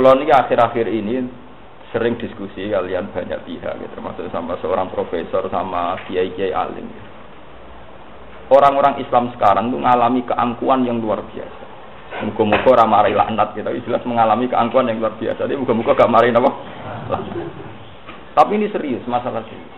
Kulo niki akhir-akhir ini sering diskusi kalian banyak pihak, gitu, termasuk sama seorang profesor sama kiai-kiai alim. Gitu. Orang-orang Islam sekarang tuh mengalami keangkuhan yang luar biasa. Muga-muga ora mari laknat gitu, jelas mengalami keangkuhan yang luar biasa. Jadi muga-muga gak mari napa? Tapi ini serius, masalah serius.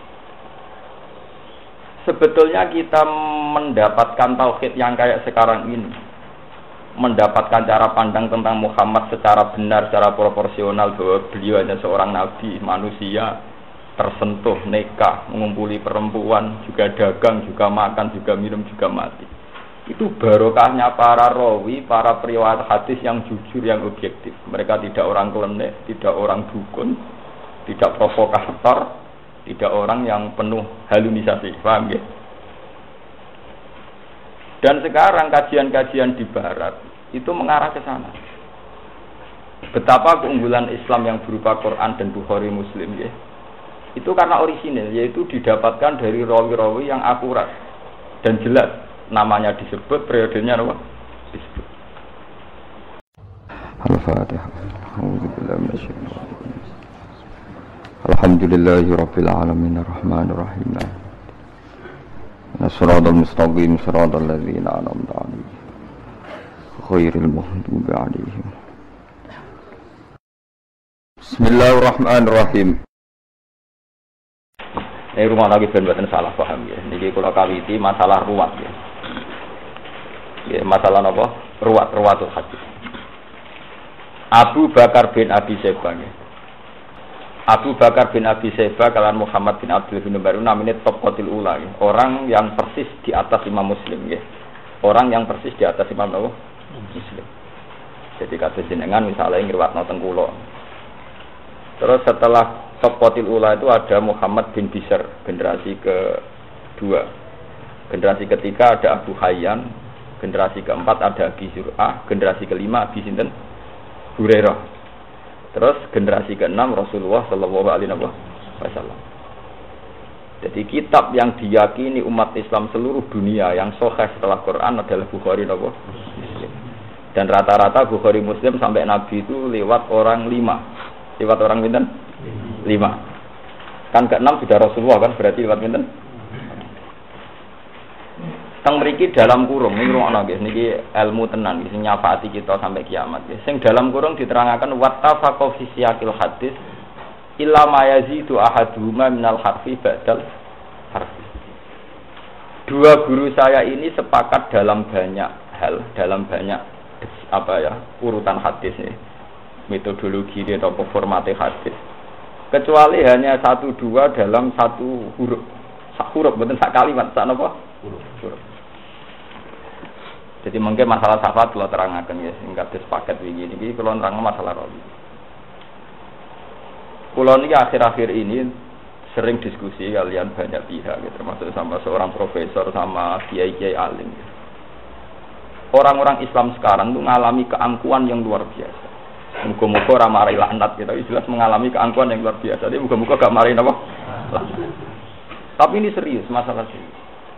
Sebetulnya kita mendapatkan tauhid yang kayak sekarang ini, mendapatkan cara pandang tentang Muhammad secara benar, secara proporsional bahwa beliau hanya seorang nabi, manusia, tersentuh, nikah, mengumpuli perempuan, juga dagang, juga makan, juga minum, juga mati. Itu barokahnya para rawi, para periwayat hadis yang jujur, yang objektif. Mereka tidak orang klenik, tidak orang dukun, tidak provokator, tidak orang yang penuh halusinasi, paham ya? Dan sekarang kajian-kajian di barat itu mengarah ke sana. Betapa keunggulan Islam yang berupa Quran dan Bukhari Muslim ya. Itu karena orisinil, yaitu didapatkan dari rawi-rawi yang akurat dan jelas. Namanya disebut, periodenya apa? Disebut. Al-Fatihah. A'udzubillahi minasyaitonir rajim. Alhamdulillahirabbil alamin arrahmanir rahim. Shiratal mustaqim shiratal ladzina an'amta 'alaihim ghairil maghdubi 'alaihim. Bismillahirrahmanirrahim. Ini rumah lagi ben-ben salah paham ya. Niki kula kawiti masalah ruwat ya. Ya masalah apa? Ruwatul hadis. Abu Bakar bin Abi Syaibah ya. Abu Bakar bin Abi Syaibah kalian Muhammad bin Abdul bin Umar namanya top qatil ula ya. Orang yang persis di atas Imam Muslim ya. Orang yang persis di atas Imam Muslim. Jadi kata jenengan misalnya ngriwatno teng kula. Terus setelah top qatil ula itu ada Muhammad bin Bishr, generasi kedua. Generasi ketiga ada Abu Hayyan, generasi keempat ada Abi Zur'ah, generasi kelima Abi sinten? Hurairah. Terus generasi keenam Rasulullah sallallahu alaihi wasallam. Jadi kitab yang diyakini umat Islam seluruh dunia yang sahih setelah Quran adalah Bukhari dan Muslim. Dan rata-rata Bukhari Muslim sampai Nabi itu lewat orang 5. Lewat orang pinten? 5. Kan ke-6 sudah Rasulullah kan berarti lewat pinten? Teng mriki dalam kurung niku ngono nggih niki ilmu tenan sing nyafaati kita sampai kiamat nggih. Sing dalam kurung diterangkan wattafaqo fi siyaqil hadis illa ma yazidu ahaduhuma minal harfi ba'dal harfi. Dua guru saya ini sepakat dalam banyak hal, dalam banyak urutan hadis nih. Metodologi atau formatnya hadis. Kecuali hanya 1-2 dalam satu huruf. Sak huruf betul sak kalimat, sak napa? Huruf. Jadi mungkin masalah syafaat kalau terangkan ya, singkat sepaket begini. Jadi kalau terang masalah rawi. Kalau ini akhir-akhir ini sering diskusi kalian banyak pihak, gitu, termasuk sama seorang profesor sama kiai-kiai alim. Gitu. Orang-orang Islam sekarang tuh mengalami keangkuhan yang luar biasa. Muga-muga ora mari laknat gitu, jelas mengalami keangkuhan yang luar biasa. Jadi muga-muga gak mari napa? Tapi ini serius, masalah serius.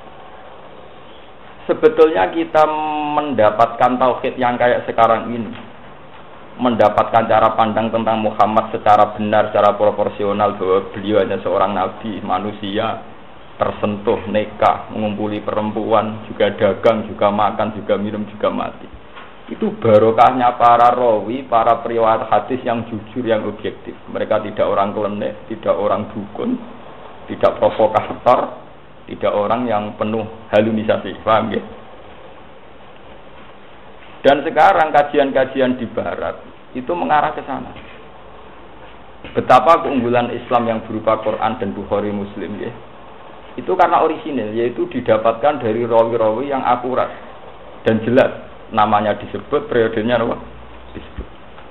Sebetulnya kita mendapatkan tauhid yang kayak sekarang ini, mendapatkan cara pandang tentang Muhammad secara benar, secara proporsional bahwa beliau hanya seorang nabi, manusia, tersentuh, nikah, mengumpuli perempuan, juga dagang, juga makan, juga minum, juga mati. Itu barokahnya para rawi, para periwayat hadis yang jujur, yang objektif. Mereka tidak orang klenik, tidak orang dukun, tidak provokator, tidak orang yang penuh halusinasi, paham ya? Dan sekarang kajian-kajian di barat itu mengarah ke sana. Betapa keunggulan Islam yang berupa Quran dan Bukhari Muslim ya. Itu karena orisinil, yaitu didapatkan dari rawi-rawi yang akurat dan jelas. Namanya disebut, periodenya apa? Disebut.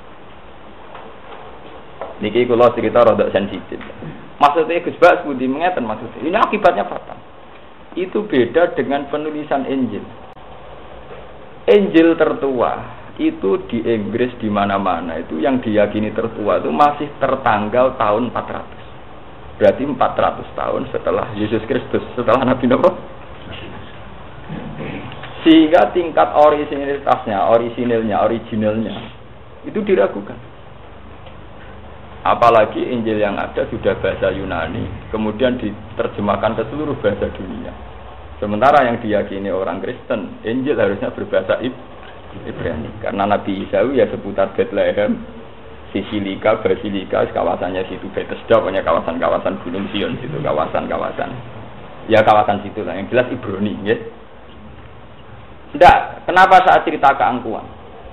Niki kula cerita rada sensitif. Maksudnya Gus Bas budi mengeten maksudnya. Ini akibatnya fatal. Itu beda dengan penulisan Injil. Injil tertua itu di Inggris di mana-mana itu yang diyakini tertua itu masih tertanggal tahun 400. Berarti 400 tahun setelah Yesus Kristus, setelah Nabi Nabi. Sehingga tingkat originalnya itu diragukan. Apalagi Injil yang ada sudah bahasa Yunani, kemudian diterjemahkan ke seluruh bahasa dunia. Sementara yang diyakini orang Kristen, Injil harusnya berbahasa Ibrani. Karena Nabi Isa ya seputar Bethlehem, Sisilika, Basilika, kawasannya situ Bethesda, punya kawasan-kawasan Gunung Sion situ, kawasan-kawasan. Ya kawasan situ lah, yang jelas Ibrani, ya. Tidak, kenapa saat cerita keangkuhan?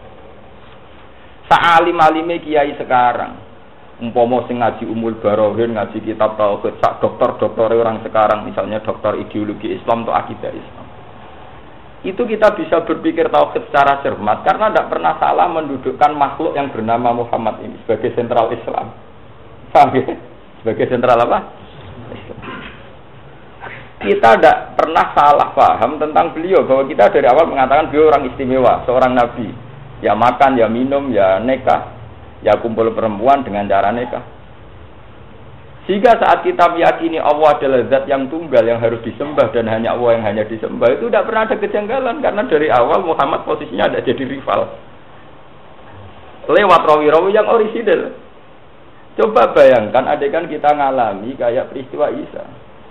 Sa'alim-alime kiai sekarang, umpama sing ngaji Umul Barohin, ngaji kitab tauhid, sak dokter-dokter orang sekarang, misalnya dokter ideologi Islam atau akidah Islam. Itu kita bisa berpikir tauhid secara cermat karena tidak pernah salah mendudukkan makhluk yang bernama Muhammad ini sebagai sentral Islam. Paham ya? Sebagai sentral apa? Islam. Kita tidak pernah salah paham tentang beliau bahwa kita dari awal mengatakan beliau orang istimewa, seorang nabi. Ya makan, ya minum, ya nikah, ya kumpul perempuan dengan cara nikah. Sehingga saat kita meyakini Allah adalah zat yang tunggal yang harus disembah dan hanya Allah yang hanya disembah, itu tidak pernah ada kejanggalan karena dari awal Muhammad posisinya ada jadi rival. Lewat rawi-rawi yang orisinal. Coba bayangkan adegan kita ngalami kayak peristiwa Isa.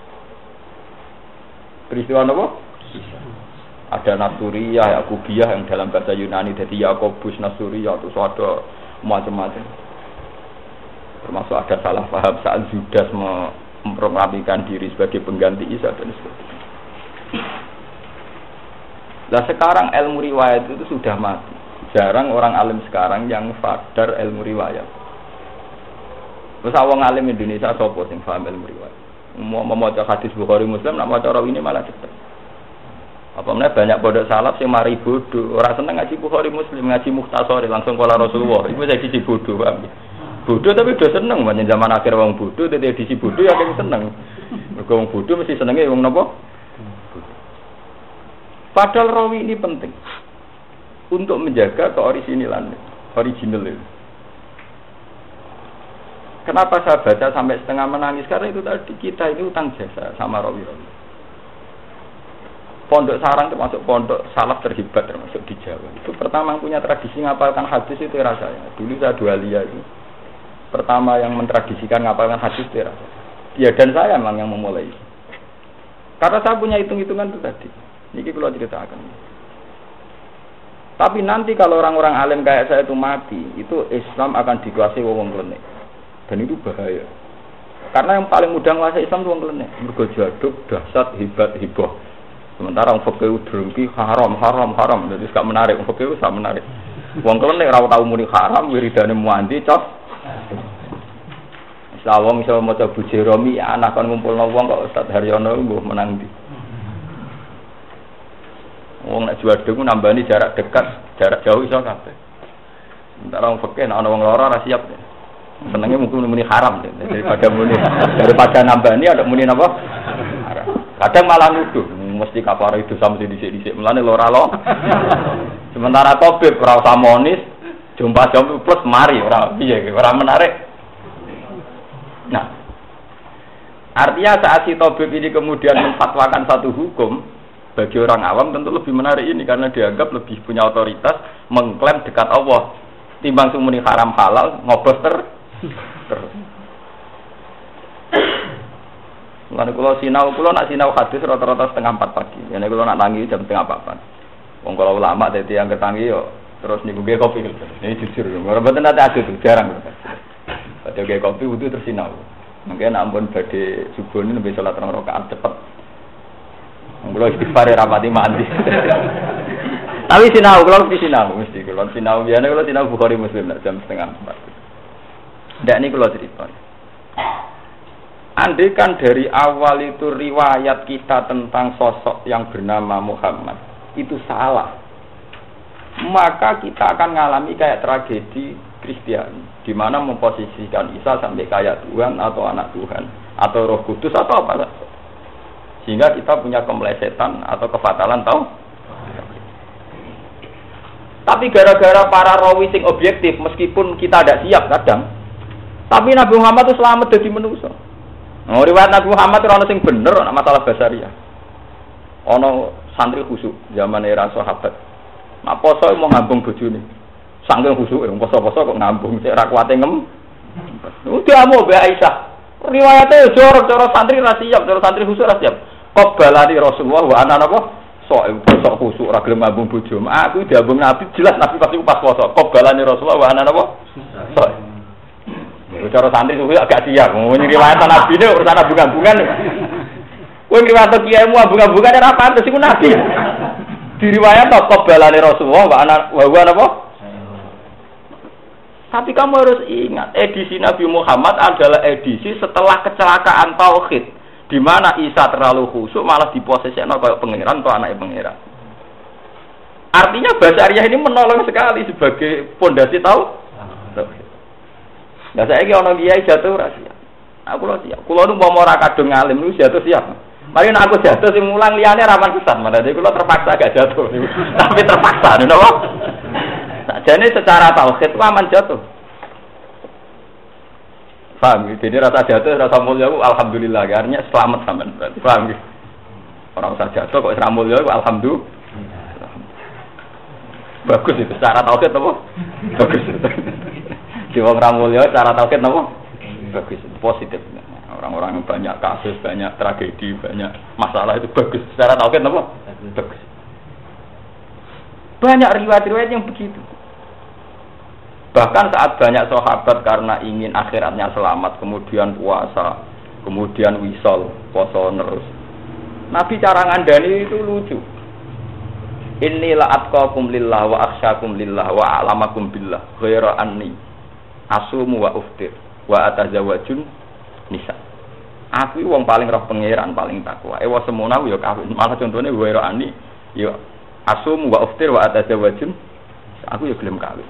Peristiwa apa? Isa. Ada Nasuriyah, Yakubiyah yang dalam bahasa Yunani jadi Yakobus Nasuriyah, terus ada macam-macam. Termasuk ada salah paham saat Judas memproklamikan diri sebagai pengganti Isa dan sebagainya. Nah sekarang ilmu riwayat itu sudah mati. Jarang orang alim sekarang yang sadar ilmu riwayat. Terus awang alim Indonesia sopo sing paham ilmu riwayat. Mau membaca hadis Bukhari Muslim, nak maca rawi ini malah cepat. Apa meneh banyak pondok salaf sing mari bodoh, ora seneng ngaji Bukhari Muslim, ngaji Mukhtasar langsung kala Rasulullah. Iku saya siji bodoh, paham. Bodoh tapi do seneng, banyak zaman akhir wong bodoh dadi edisi bodoh ya kene seneng. Mergo wong bodoh mesti senenge wong napa? Padahal rawi ini penting untuk menjaga keorisinalan, original itu. Kenapa saya baca sampai setengah menangis? Karena itu tadi kita ini utang jasa sama rawi-rawi. Pondok Sarang termasuk pondok salaf terhebat termasuk di Jawa. Itu pertama yang punya tradisi ngapalkan hadis itu era saya. Dulu saya dualia itu. Pertama yang mentradisikan ngapalkan hadis itu era saya. Ya dan saya memang yang memulai. Karena saya punya hitung-hitungan itu tadi. Ini kalau ceritakan. Tapi nanti kalau orang-orang alim kayak saya itu mati, itu Islam akan dikuasai wong klenik. Dan itu bahaya. Karena yang paling mudah menguasai Islam itu wong klenik. Mergo jaduk, dahsyat, hebat, hibah. Sementara orang fakir drengki haram. Jadi gak menarik. Orang fakir gak menarik. Wong klenik ora tau muni haram, wiridane muandi cos. Sawang iso maca Bu Jeromi anak kon ngumpulno wong kok Ustaz Haryono mbuh menang ndi. Wong nek juwadeng nambani jarak dekat, jarak jauh iso kabeh. Sementara wong fakir nek ana wong lara ora siap. Senenge muni haram daripada nambani ada muni napa? Haram. Kadang malah nuduh mesti kapara itu sama dhisik-dhisik mulane lora lo. Sementara tobib ora usah monis, jumpa jam plus mari ora piye ora menarik. Nah, artinya saat si tobib ini kemudian memfatwakan satu hukum bagi orang awam tentu lebih menarik ini karena dianggap lebih punya otoritas mengklaim dekat Allah timbang sumuni haram halal ngobos terus. Mulane kula nak sinau hadis rata-rata setengah 4 pagi. Yen kula nak tangi jam setengah 4. Wong kula ulama dadi yang ketangi yo terus niku nggih kopi. Ini jujur, ora mboten nate adu jarang. Padha nggih kopi wudu terus sinau. Mangke nak ampun badhe subuh nembe salat 2 rakaat cepet. Kula istighfar rapati mandi. Tapi sinau kula mesti kula sinau biyen kula sinau Bukhari Muslim jam setengah 4. Ndak niku kula cerita. Andai kan dari awal itu riwayat kita tentang sosok yang bernama Muhammad itu salah, maka kita akan mengalami kayak tragedi Kristiani, di mana memposisikan Isa sampai kayak Tuhan atau anak Tuhan atau Roh Kudus atau apa saja, sehingga kita punya kemelesetan atau kefatalan tahu. Tapi gara-gara para rawi sing objektif, meskipun kita tidak siap kadang, tapi Nabi Muhammad itu selamat dari manusia. Oh, riwayat Nabi Muhammad itu ana sing bener, ana masalah basariah. Ana santri khusuk zaman era sahabat. Mak poso mau ngambung bojone. Saking khusuke poso-poso kok ngambung, sik ora kuwate Udah mau Mbak Aisyah. Riwayatnya jorok santri ra siap, santri khusus ra siap. Qabalani Rasulullah wa ana napa? Sok khusuk ora gelem ngambung bojo. Aku diambung Nabi jelas Nabi pasti pas poso. Qabalani Rasulullah wa ana napa? Sok. Cara santri khusus agak siap. Ngene riwayat Nabi ne urusan bunga-bungan. Kowe riwayat kiaimu bunga-bungan ora pantes iku Nabi. Diriwayat qabalani Rasulullah wa ana wa napa? Tapi kamu harus ingat, edisi Nabi Muhammad adalah edisi setelah kecelakaan tauhid, di mana Isa terlalu khusyuk malah diposisikan kayak pangeran atau anak pangeran. Artinya Basyariah ini menolong sekali sebagai pondasi tauhid. Nah saya ini orang kiai jatuh rahasia. Aku lo siap. Kulo nu mau ora kadung ngalim lu jatuh siap. Mari aku jatuh sing mulang liyane rawan pisan, padahal kulo terpaksa gak jatuh. Tapi terpaksa, napa? Jadi secara tauhid itu aman jatuh. Paham? Jadi rasa jatuh, rasa mulia itu alhamdulillah. Artinya selamat sampean berarti. Paham? Orang rasa jatuh kok rasa mulia itu alhamdulillah. Bagus itu secara tauhid apa? Bagus. Di wong ra mulia secara tauhid apa? Bagus, positif. Orang-orang yang banyak kasus, banyak tragedi, banyak masalah itu bagus. Secara tauhid apa? Bagus. Banyak riwayat-riwayat yang begitu. Bahkan saat banyak sahabat karena ingin akhiratnya selamat, kemudian puasa, kemudian wisol, poso terus. Nabi cara ngandani itu lucu. Inilah atqakum lillah wa akhsyakum lillah wa a'lamakum billah ghaira anni asumu wa uftir wa atazawajun nisa. Aku wong paling roh pangeran, paling takwa. Ewa semono ya kawin. Malah contohnya ghaira anni ya asumu wa uftir wa atazawajun. Aku ya gelem kawin.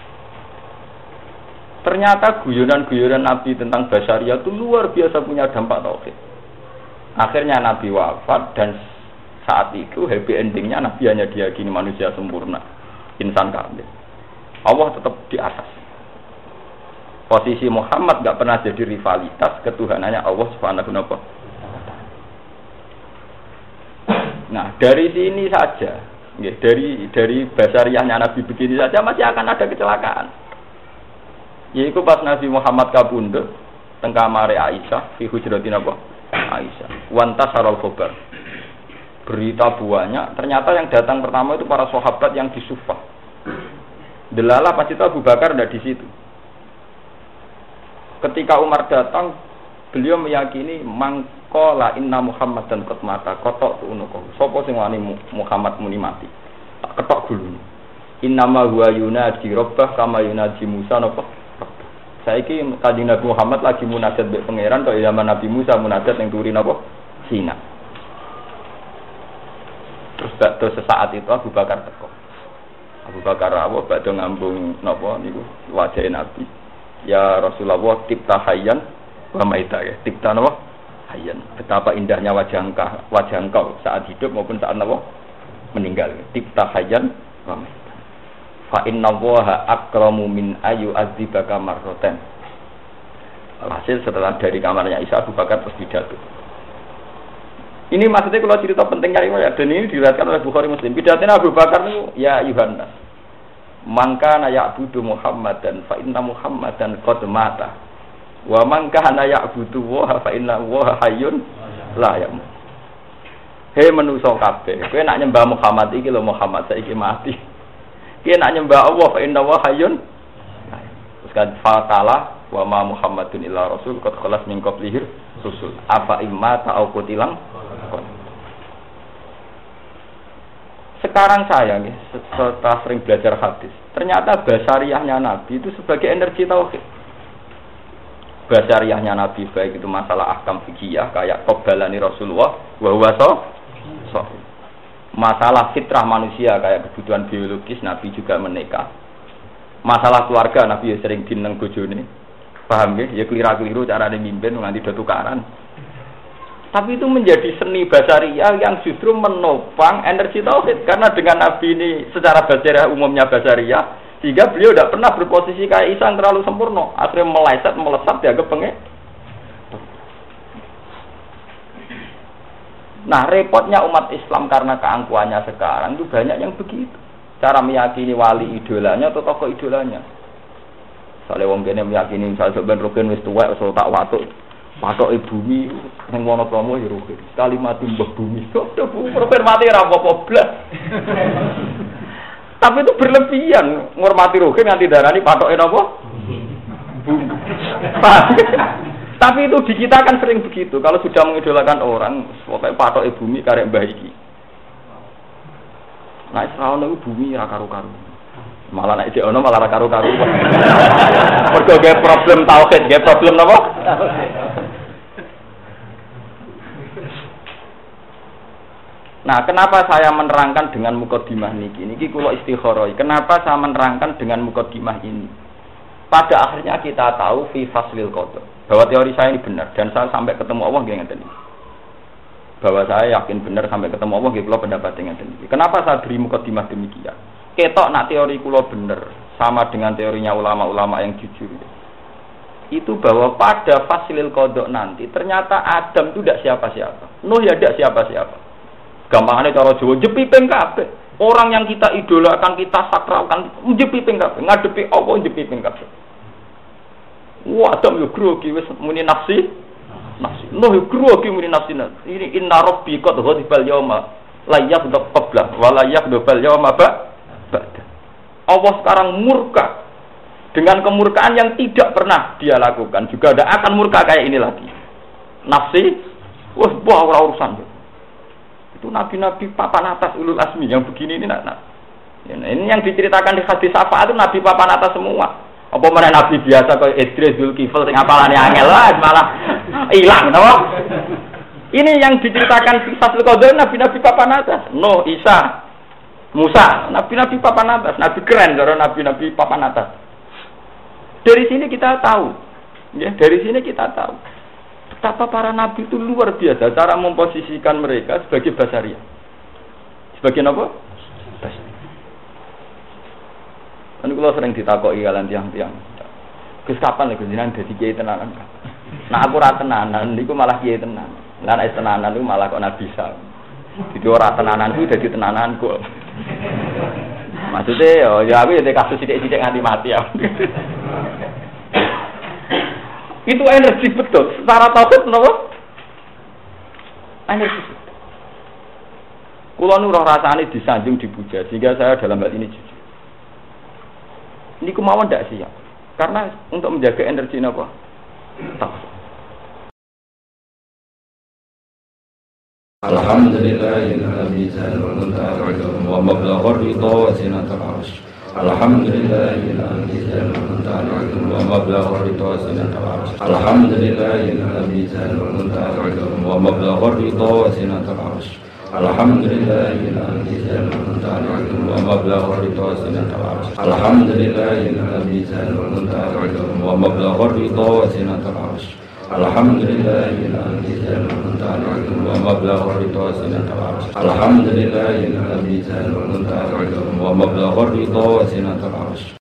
Ternyata guyonan-guyonan Nabi tentang Basyariah itu luar biasa punya dampak tauhid. Akhirnya Nabi wafat dan saat itu happy endingnya Nabi hanya diyakini manusia sempurna, insan kamil. Allah tetap di atas. Posisi Muhammad gak pernah jadi rivalitas ketuhanannya Allah Subhanahu wa ta'ala. Nah dari sini saja, dari Basyariahnya Nabi begini saja masih akan ada kecelakaan. Yaitu pas Nabi Muhammad kabundut teng kamare Aisyah fi hujratin apa? Aisyah. Wantasarul khabar. Berita banyak, ternyata yang datang pertama itu para sahabat yang di Sufah. Delalah pas itu Abu Bakar tidak di situ. Ketika Umar datang, beliau meyakini mangkola inna Muhammadan qad mata kotok tunuko. Sopo sing wani Muhammad muni mati. Tak ketok gulu. Innama huwa yunaji rabbah kama yunaji Musa napa? Saiki Kanjeng Nabi Muhammad lagi munajat mbek pangeran kaya zaman Nabi Musa munajat ning turi napa? Sina. Terus sesaat itu Abu Bakar teko. Abu Bakar rawuh badhe ngambung napa niku wajah Nabi. Ya Rasulullah tipta hayyan wa maita ya. Tipta napa? Hayyan. Betapa indahnya wajah engkau saat hidup maupun saat napa? Meninggal. Tipta hayyan wa maita. Fa inna Allaha akramu min ayu azibaka marratan. Hasil setelah dari kamarnya Isa Abu Bakar terus pidato. Ini maksudnya kalau cerita pentingnya riwayat dan ini diriwayatkan oleh Bukhari Muslim. Pidatonya Abu Bakar itu ya Yohanes. Mangka na ya'budu Muhammadan fa inna Muhammadan qad mata. Wa mangka na ya'budu wa fa inna wa hayyun la yamut. Hei manusa kabeh, kowe nak nyembah Muhammad iki lho Muhammad saiki mati. Kowe nak nyembah Allah fa inna wa hayyun. Terus kan faqala wa ma Muhammadun illa rasul qad khalas min qablihi rusul. Apa imma ta'au qutilang. Sekarang saya nih, setelah sering belajar hadis, ternyata Basyariahnya Nabi itu sebagai energi tauhid. Basyariahnya Nabi baik itu masalah ahkam fikih kayak qabalani Rasulullah wa huwa sahih. Masalah fitrah manusia kayak kebutuhan biologis Nabi juga menikah. Masalah keluarga Nabi ya sering dineng bojone. Paham nggih? Ya keliru-keliru carane mimpin nganti do tukaran. Tapi itu menjadi seni Basyariah yang justru menopang energi tauhid karena dengan Nabi ini secara Basyariah umumnya Basyariah sehingga beliau tidak pernah berposisi kayak Isa yang terlalu sempurna, akhirnya melesat dianggap pengen. Nah repotnya umat Islam karena keangkuhannya sekarang itu banyak yang begitu cara meyakini wali idolanya atau tokoh idolanya. Soale wong kene meyakini misal sampean rugen wis tuwek wis tak watuk. Patoke bumi ning Wonosobo ya rugen. Sekali mati mbah bumi. Kok rugen mati ora apa-apa blas. Tapi itu berlebihan ngormati rugen nganti darani patoke napa? Bumi. Tapi itu di kita kan sering begitu. Kalau sudah mengidolakan orang, pokoknya patoke bumi karek mbah iki. Nah, Israel itu bumi ra karu-karu. Malah nek dhek ono malah ra karu-karu. Mergo ge problem tauhid, ge problem napa? Nah, kenapa saya menerangkan dengan mukadimah niki? Niki kula istikharah. Kenapa saya menerangkan dengan mukadimah ini? Pada akhirnya kita tahu fi faslil qada. Bahwa teori saya ini benar dan saya sampai ketemu Allah nggih ngeten iki. Bahwa saya yakin benar sampai ketemu Allah nggih kula pendapat ngeten iki. Kenapa saya beri mukadimah demikian? Ketok nak teori kula benar sama dengan teorinya ulama-ulama yang jujur. Itu bahwa pada faslil qada nanti ternyata Adam itu tidak siapa-siapa. Nuh ya tidak siapa-siapa. Gampangane cara Jawa jepiping kabeh. Orang yang kita idolakan, kita sakralkan jepiping kabeh, ngadepi apa jepiping kabeh. Wah, Adam yo grogi wis muni nafsi. Nafsi. Nuh yo grogi muni nafsi. Ini inna rabbi qad ghadibal yauma la yaghdab qabla wa la yaghdabal yauma ba'da. Allah sekarang murka dengan kemurkaan yang tidak pernah dia lakukan, juga tidak akan murka kayak ini lagi. Nafsi, wah ora urusan. Itu nabi-nabi papan atas ulul asmi yang begini ini ini yang diceritakan di hadis syafaat itu nabi papan atas semua. Apa mana nabi biasa kayak Idris, Zulkifl sing apalane angel malah hilang no? Ini yang diceritakan di Fathul Qadir nabi-nabi papan atas. Nuh, Isa, Musa, nabi-nabi papan atas, nabi keren cara nabi-nabi papan atas. Dari sini kita tahu, ya, dari sini kita tahu betapa para nabi itu luar biasa cara memposisikan mereka sebagai basaria. Sebagai apa? Basaria. Kan kula sering ditakoki kalian tiang-tiang. Gus kapan lek jenengan dadi kiai tenanan? Nah aku ora tenanan niku malah kiai tenanan. Lah nek tenanan niku malah kok nabi bisa. Jadi ora tenanan kuwi dadi tenanan kok. Maksudnya ya aku ya kasus sithik-sithik nganti mati ya. Itu energi betul. Secara tauhid napa? Energi. Kula nu roh rasane disanjung dipuja sehingga saya dalam hal ini jujur. Ini kemauan ndak siap. Karena untuk menjaga energi napa? Tauhid. Alhamdulillahilladzi ja'ala wa mablagha ridha wa zinatul 'arsy. Alhamdulillahilladzi ja'ala wa mablagha ridha wa zinatul 'arsy. Alhamdulillahilladzi ja'ala wa mablagha ridha wa zinatul 'arsy. Alhamdulillahilladzi ja'ala wa mablagha ridha wa zinatul 'arsy. Alhamdulillahilladzi ja'ala wa mablagha ridha wa zinatul 'arsy. Alhamdulillahilladzi ja'ala wa mablagha ridha wa zinatul 'arsy. Alhamdulillahilladzi ja'ala wa mablagha ridha wa zinatul 'arsy.